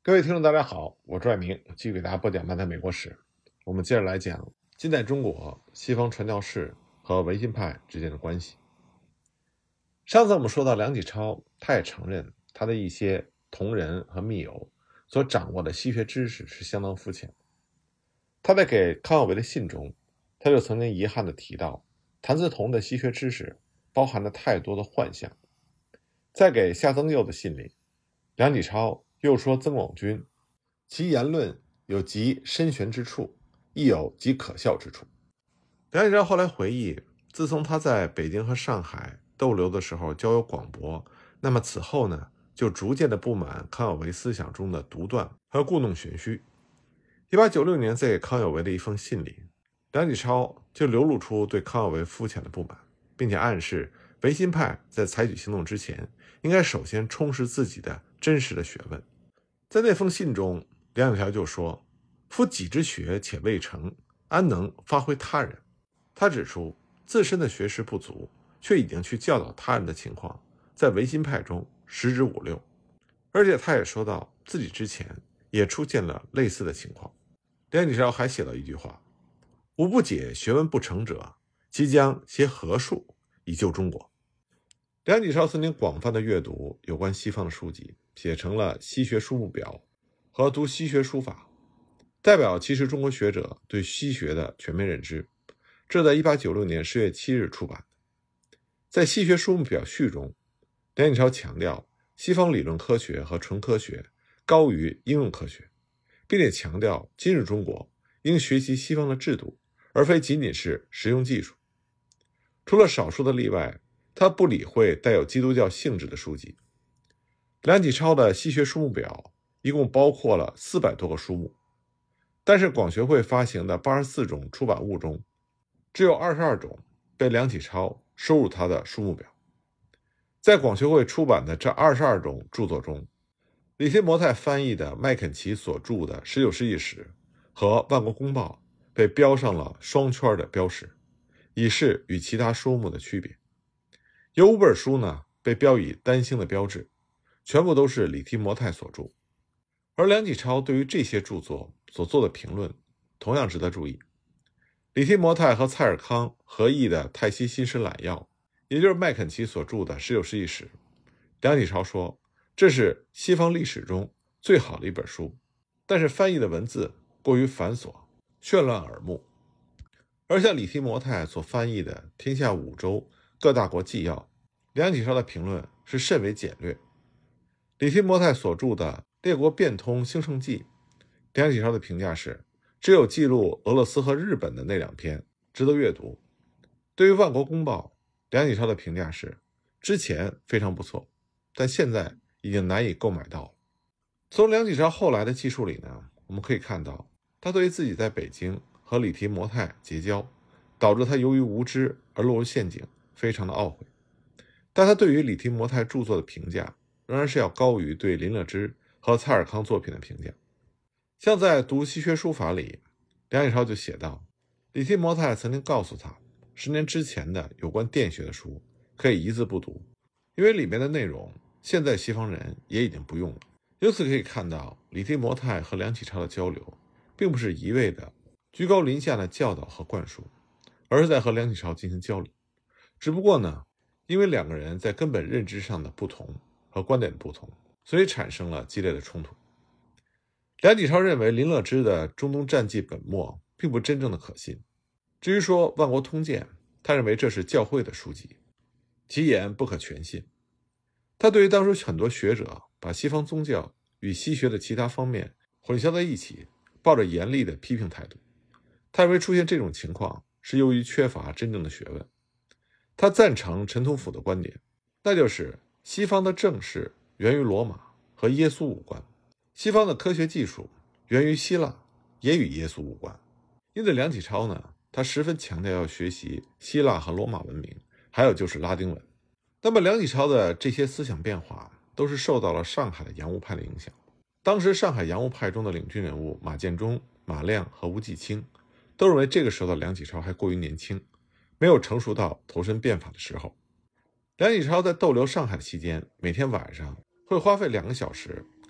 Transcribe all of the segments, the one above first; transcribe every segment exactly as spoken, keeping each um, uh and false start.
各位听众大家好，我是爱明，继续给大家播讲漫谈美国史。我们接着来讲近代中国西方传教士和维新派之间的关系。上次我们说到梁启超，他也承认他的一些同仁和密友所掌握的西学知识是相当肤浅。他在给康有为的信中，他就曾经遗憾地提到谭嗣同的西学知识包含了太多的幻象。在给夏曾佑的信里，梁启超又说曾广钧其言论有极深玄之处，亦有极可笑之处。梁启超后来回忆，自从他在北京和上海逗留的时候交友广博，那么此后呢，就逐渐的不满康有为思想中的独断和故弄玄虚。一八九六年在给康有为的一封信里，梁启超就流露出对康有为肤浅的不满，并且暗示维新派在采取行动之前，应该首先充实自己的真实的学问。在那封信中，梁启超就说：夫己之学且未成，安能发挥他人？他指出自身的学识不足，却已经去教导他人的情况，在维新派中十之五六。而且他也说到自己之前也出现了类似的情况。梁启超还写了一句话：吾不解学问不成者，即将携何术以救中国。梁启超曾经广泛的阅读有关西方的书籍，写成了《西学书目表》和《读西学书法》，代表其实中国学者对西学的全面认知。这在一八九六年十月七日出版。在《西学书目表》序中，梁启超强调西方理论科学和纯科学高于应用科学，并且强调今日中国应学习西方的制度，而非仅仅是实用技术。除了少数的例外，他不理会带有基督教性质的书籍。梁启超的《西学书目表》一共包括了四百多个书目，但是广学会发行的八十四种出版物中，只有二十二种被梁启超收入他的书目表。在广学会出版的这二十二种著作中，李提摩太翻译的麦肯齐所著的十九世纪史和万国公报被标上了双圈的标识，以示与其他书目的区别。有五本书呢被标以单星的标志，全部都是李提摩太所著。而梁启超对于这些著作所做的评论同样值得注意。李提摩太和蔡尔康合译的《泰西新史揽要》，也就是麦肯齐所著的十九世纪史，梁启超说这是西方历史中最好的一本书，但是翻译的文字过于繁琐，绚烂耳目。而像李提摩太所翻译的《天下五洲各大国纪要》，梁启超的评论是甚为简略。李提摩太所著的《列国变通兴盛记》，梁启超的评价是只有记录俄罗斯和日本的那两篇值得阅读。对于万国公报，梁启超的评价是之前非常不错，但现在已经难以购买到了。从梁启超后来的记述里呢，我们可以看到他对于自己在北京和李提摩太结交，导致他由于无知而落入陷阱，非常的懊悔。但他对于李提摩太著作的评价仍然是要高于对林乐之和蔡尔康作品的评价。像在读西学书法里，梁启超就写道，李提摩太曾经告诉他，十年之前的有关电学的书可以一字不读，因为里面的内容现在西方人也已经不用了。由此可以看到，李提摩太和梁启超的交流并不是一味的居高临下的教导和灌输，而是在和梁启超进行交流。只不过呢，因为两个人在根本认知上的不同和观点不同，所以产生了激烈的冲突。梁启超认为林乐之的中东战记本末并不真正的可信。至于说万国通鉴，他认为这是教会的书籍，其言不可全信。他对于当时很多学者把西方宗教与西学的其他方面混淆在一起，抱着严厉的批评态度。他认为出现这种情况是由于缺乏真正的学问。他赞成陈同甫的观点，那就是西方的正事源于罗马，和耶稣无关；西方的科学技术源于希腊，也与耶稣无关。因此梁启超呢，他十分强调要学习希腊和罗马文明，还有就是拉丁文。那么梁启超的这些思想变化都是受到了上海的洋务派的影响。当时上海洋务派中的领军人物马建忠、马亮和吴季青都认为这个时候的梁启超还过于年轻，没有成熟到投身变法的时候。梁启超在逗留上海的期间，每天晚上会花费两个小时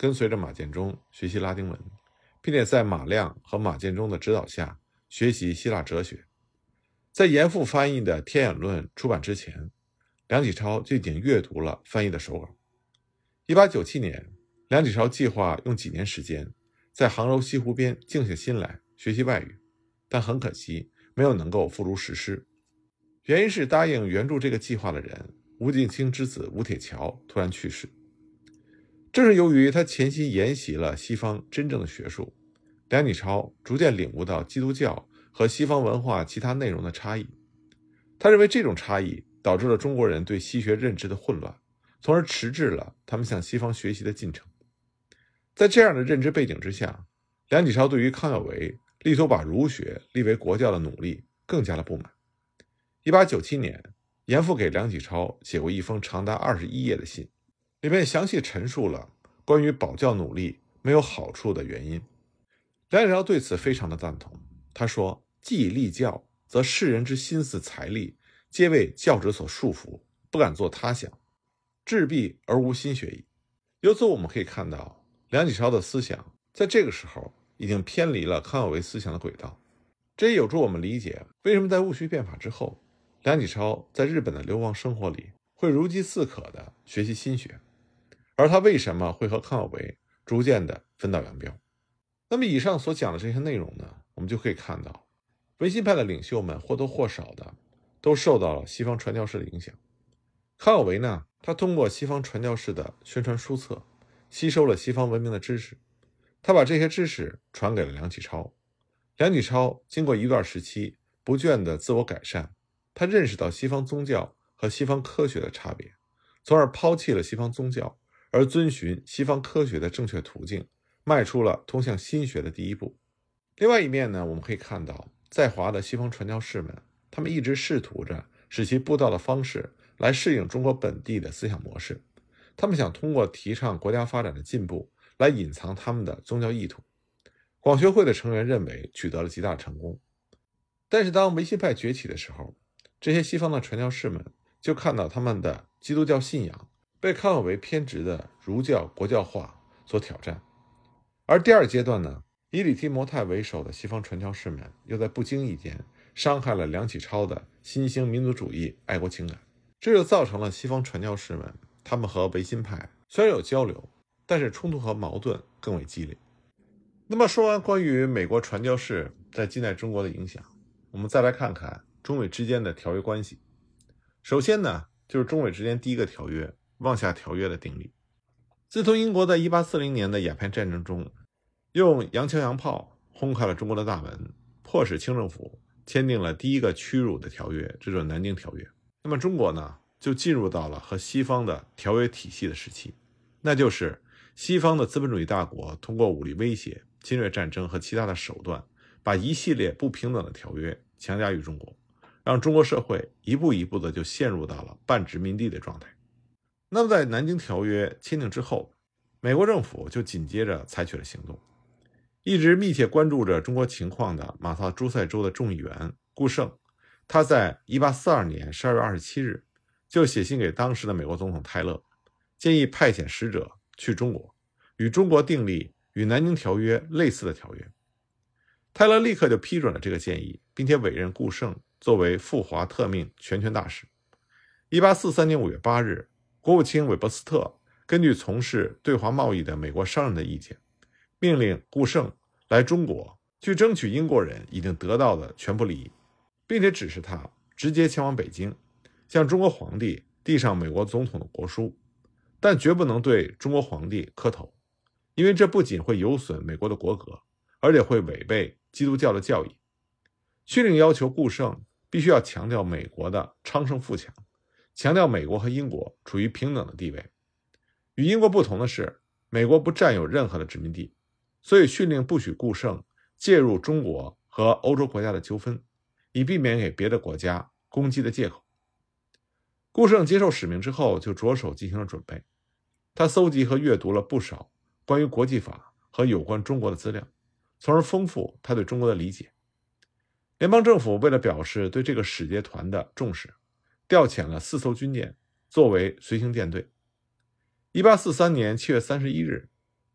跟随着马建忠学习拉丁文，并且在马亮和马建忠的指导下学习希腊哲学。在严复翻译的《天演论》出版之前，梁启超就已经阅读了翻译的手稿。一八九七年，梁启超计划用几年时间在杭州西湖边静下心来学习外语，但很可惜没有能够付诸实施。原因是答应援助这个计划的人吴敬梓之子吴铁桥突然去世。正是由于他潜心研习了西方真正的学术，梁启超逐渐领悟到基督教和西方文化其他内容的差异。他认为这种差异导致了中国人对西学认知的混乱，从而迟滞了他们向西方学习的进程。在这样的认知背景之下，梁启超对于康有为力图把儒学立为国教的努力更加的不满。一八九七年，严复给梁启超写过一封长达二十一页的信，里面详细陈述了关于保教努力没有好处的原因。梁启超对此非常的赞同，他说：既以立教，则世人之心思财力皆为教职所束缚，不敢做他想，志弊而无心学矣。由此我们可以看到，梁启超的思想在这个时候已经偏离了康有为思想的轨道。这也有助我们理解为什么在戊戌变法之后，梁启超在日本的流亡生活里会如饥似渴地学习心学，而他为什么会和康有为逐渐地分道扬镳。那么以上所讲的这些内容呢，我们就可以看到维新派的领袖们或多或少的都受到了西方传教士的影响。康有为呢，他通过西方传教士的宣传书册吸收了西方文明的知识，他把这些知识传给了梁启超。梁启超经过一段时期不倦的自我改善，他认识到西方宗教和西方科学的差别，从而抛弃了西方宗教，而遵循西方科学的正确途径，迈出了通向心学的第一步。另外一面呢，我们可以看到在华的西方传教士们，他们一直试图着使其布道的方式来适应中国本地的思想模式，他们想通过提倡国家发展的进步来隐藏他们的宗教意图。广学会的成员认为取得了极大成功，但是当维新派崛起的时候，这些西方的传教士们就看到他们的基督教信仰被康有为偏执的儒教国教化所挑战。而第二阶段呢，以李提摩太为首的西方传教士们又在不经意间伤害了梁启超的新兴民族主义爱国情感，这就造成了西方传教士们他们和维新派虽然有交流，但是冲突和矛盾更为激烈。那么说完关于美国传教士在近代中国的影响，我们再来看看中美之间的条约关系。首先呢，就是中美之间第一个条约望厦条约的订立。自从英国在一八四零年的鸦片战争中用洋枪洋炮轰开了中国的大门，迫使清政府签订了第一个屈辱的条约，这就是南京条约。那么中国呢，就进入到了和西方的条约体系的时期，那就是西方的资本主义大国通过武力威胁、侵略战争和其他的手段，把一系列不平等的条约强加于中国，让中国社会一步一步的就陷入到了半殖民地的状态。那么在南京条约签订之后，美国政府就紧接着采取了行动。一直密切关注着中国情况的马萨诸塞州的众议员顾盛，他在一八四二年十二月二十七日就写信给当时的美国总统泰勒，建议派遣使者去中国，与中国订立与南京条约类似的条约。泰勒立刻就批准了这个建议，并且委任顾盛作为赴华特命全权大使。一八四三年五月八日，国务卿韦伯斯特根据从事对华贸易的美国商人的意见，命令顾盛来中国去争取英国人已经得到的全部利益，并且指示他直接前往北京，向中国皇帝递上美国总统的国书，但绝不能对中国皇帝磕头，因为这不仅会有损美国的国格，而且会违背基督教的教义。训令要求顾盛必须要强调美国的昌盛富强，强调美国和英国处于平等的地位。与英国不同的是，美国不占有任何的殖民地，所以训令不许顾盛介入中国和欧洲国家的纠纷，以避免给别的国家攻击的借口。顾盛接受使命之后，就着手进行了准备。他搜集和阅读了不少关于国际法和有关中国的资料，从而丰富他对中国的理解。联邦政府为了表示对这个使节团的重视，调遣了四艘军舰作为随行舰队。一八四三年七月三十一日，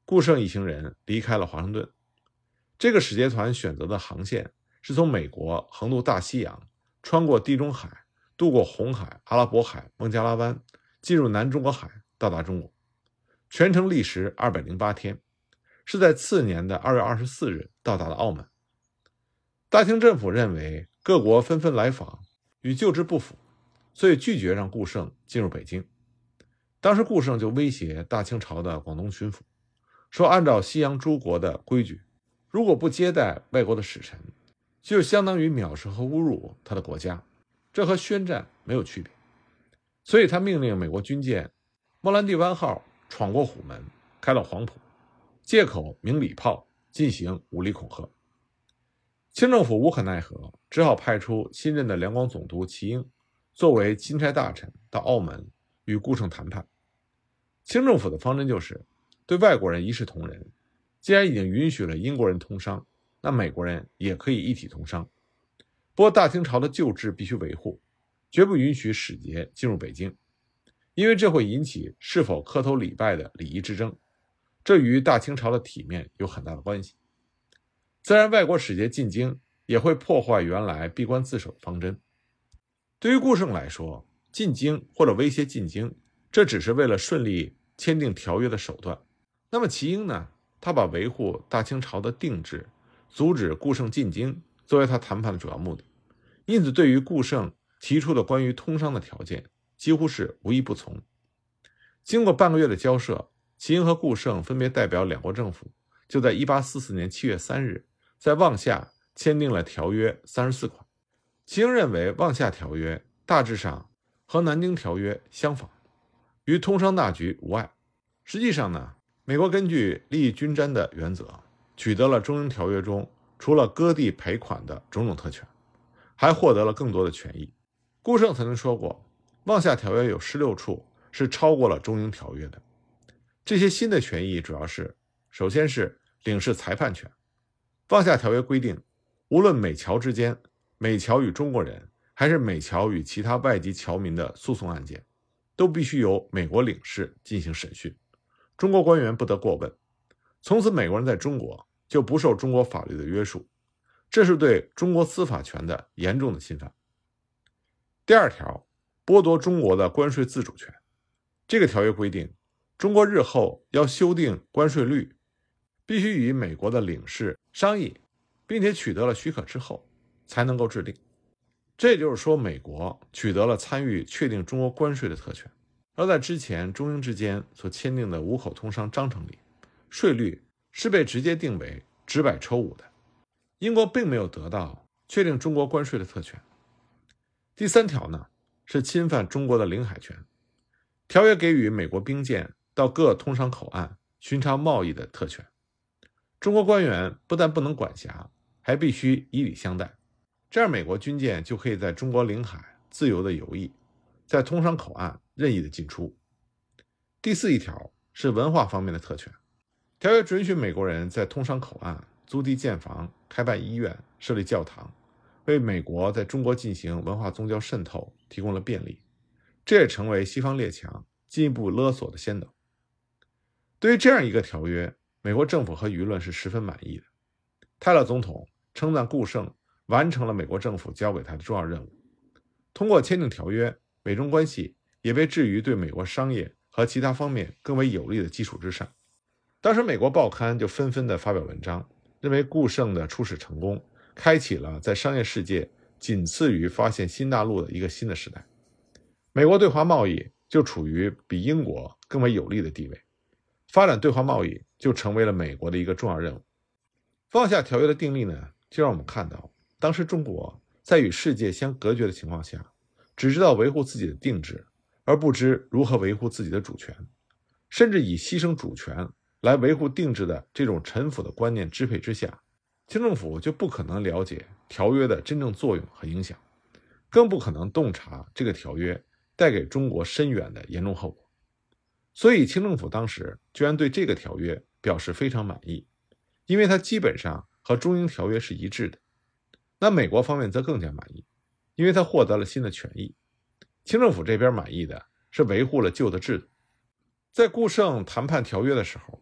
顾盛一行人离开了华盛顿。这个使节团选择的航线是从美国横渡大西洋，穿过地中海，渡过红海、阿拉伯海、孟加拉湾，进入南中国海，到达中国。全程历时二百零八天，是在次年的二月二十四日到达了澳门。大清政府认为各国纷纷来访，与旧制不符，所以拒绝让顾盛进入北京。当时顾盛就威胁大清朝的广东巡抚，说按照西洋诸国的规矩，如果不接待外国的使臣，就相当于藐视和侮辱他的国家，这和宣战没有区别。所以他命令美国军舰莫兰蒂湾号闯过虎门，开了黄埔，借口鸣礼炮进行武力恐吓。清政府无可奈何，只好派出新任的两广总督齐英作为钦差大臣到澳门与顾盛谈判。清政府的方针就是对外国人一视同仁，既然已经允许了英国人通商，那美国人也可以一体通商。不过大清朝的旧制必须维护，绝不允许使节进入北京，因为这会引起是否磕头礼拜的礼仪之争，这与大清朝的体面有很大的关系。自然外国使节进京也会破坏原来闭关自守的方针。对于顾盛来说，进京或者威胁进京，这只是为了顺利签订条约的手段。那么齐英呢，他把维护大清朝的定制，阻止顾盛进京作为他谈判的主要目的，因此对于顾盛提出的关于通商的条件几乎是无一不从。经过半个月的交涉，齐英和顾盛分别代表两国政府，就在一八四四年七月三日在望厦签订了条约三十四款。齐英认为望厦条约大致上和南京条约相仿，与通商大局无碍。实际上呢，美国根据利益均沾的原则，取得了中英条约中除了割地赔款的种种特权，还获得了更多的权益。顾盛曾经说过，望厦条约有十六处是超过了中英条约的。这些新的权益主要是，首先是领事裁判权。望厦条约规定，无论美侨之间，美侨与中国人，还是美侨与其他外籍侨民的诉讼案件，都必须由美国领事进行审讯，中国官员不得过问。从此美国人在中国就不受中国法律的约束，这是对中国司法权的严重的侵犯。第二条，剥夺中国的关税自主权。这个条约规定，中国日后要修订关税率，必须与美国的领事商议，并且取得了许可之后才能够制定。这也就是说，美国取得了参与确定中国关税的特权。而在之前中英之间所签订的五口通商章程里，税率是被直接定为直百抽五的，英国并没有得到确定中国关税的特权。第三条呢，是侵犯中国的领海权。条约给予美国兵舰到各通商口岸巡查贸易的特权，中国官员不但不能管辖，还必须以礼相待，这样美国军舰就可以在中国领海自由的游弋，在通商口岸任意的进出。第四一条是文化方面的特权，条约准许美国人在通商口岸租地建房、开办医院、设立教堂，为美国在中国进行文化宗教渗透提供了便利，这也成为西方列强进一步勒索的先导。对于这样一个条约，美国政府和舆论是十分满意的。泰勒总统称赞顾盛完成了美国政府交给他的重要任务。通过签订条约，美中关系也被置于对美国商业和其他方面更为有利的基础之上。当时美国报刊就纷纷地发表文章，认为顾盛的出使成功开启了在商业世界仅次于发现新大陆的一个新的时代。美国对华贸易就处于比英国更为有利的地位，发展对华贸易就成为了美国的一个重要任务。望厦条约的订立呢，就让我们看到当时中国在与世界相隔绝的情况下，只知道维护自己的定制，而不知如何维护自己的主权，甚至以牺牲主权来维护定制的这种臣服的观念支配之下，清政府就不可能了解条约的真正作用和影响，更不可能洞察这个条约带给中国深远的严重后果。所以清政府当时居然对这个条约表示非常满意，因为它基本上和中英条约是一致的。那美国方面则更加满意，因为它获得了新的权益。清政府这边满意的是维护了旧的制度。在顾盛谈判条约的时候，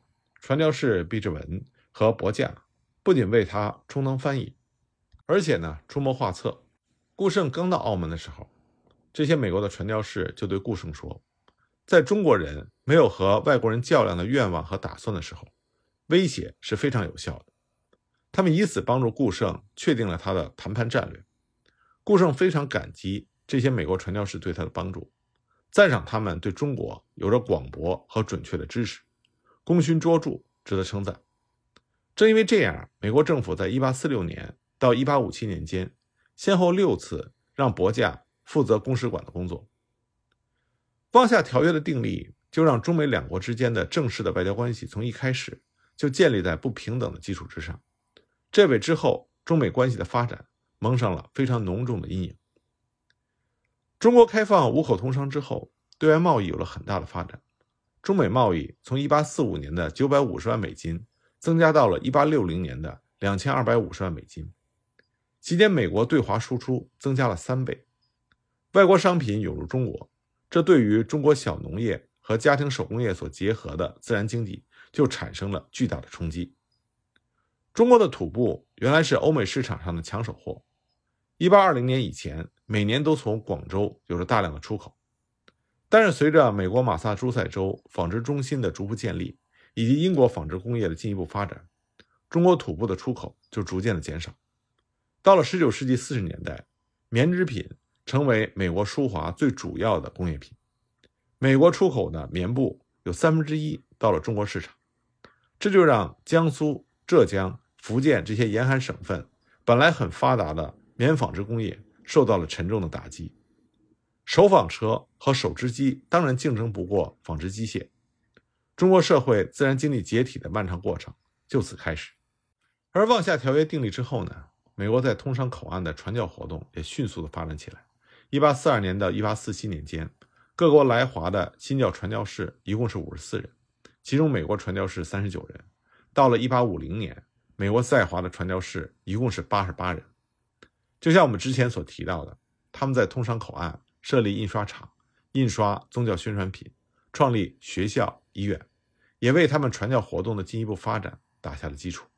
传教士毕志文和伯驾不仅为他充当翻译，而且呢出谋划策。顾盛刚到澳门的时候，这些美国的传教士就对顾盛说，在中国人没有和外国人较量的愿望和打算的时候，威胁是非常有效的。他们以此帮助顾盛确定了他的谈判战略。顾盛非常感激这些美国传教士对他的帮助，赞赏他们对中国有着广博和准确的知识，功勋卓著，值得称赞。正因为这样，美国政府在一八四六年到一八五七年间，先后六次让伯驾负责公使馆的工作。汪夏条约的订立，就让中美两国之间的正式的外交关系从一开始就建立在不平等的基础之上，这为之后中美关系的发展蒙上了非常浓重的阴影。中国开放五口通商之后，对外贸易有了很大的发展。中美贸易从一八四五年的九百五十万美金增加到了一八六零年的两千二百五十万美金。期间美国对华输出增加了三倍，外国商品涌入中国，这对于中国小农业和家庭手工业所结合的自然经济就产生了巨大的冲击。中国的土布原来是欧美市场上的抢手货，一八二零年以前每年都从广州有着大量的出口。但是随着美国马萨诸塞州纺织中心的逐步建立，以及英国纺织工业的进一步发展，中国土布的出口就逐渐的减少。到了十九世纪四十年代，棉织品成为美国输华最主要的工业品。美国出口的棉布有三分之一到了中国市场，这就让江苏、浙江、福建这些沿海省份本来很发达的棉纺织工业受到了沉重的打击。手纺车和手织机当然竞争不过纺织机械，中国社会自然经济解体的漫长过程就此开始。而望夏条约订立之后呢，美国在通商口岸的传教活动也迅速的发展起来。一八四二年到一八四七年间，各国来华的新教传教士一共是五十四人，其中美国传教士三十九人。到了一八五零年，美国在华的传教士一共是八十八人。就像我们之前所提到的，他们在通商口岸设立印刷厂，印刷宗教宣传品，创立学校、医院，也为他们传教活动的进一步发展打下了基础。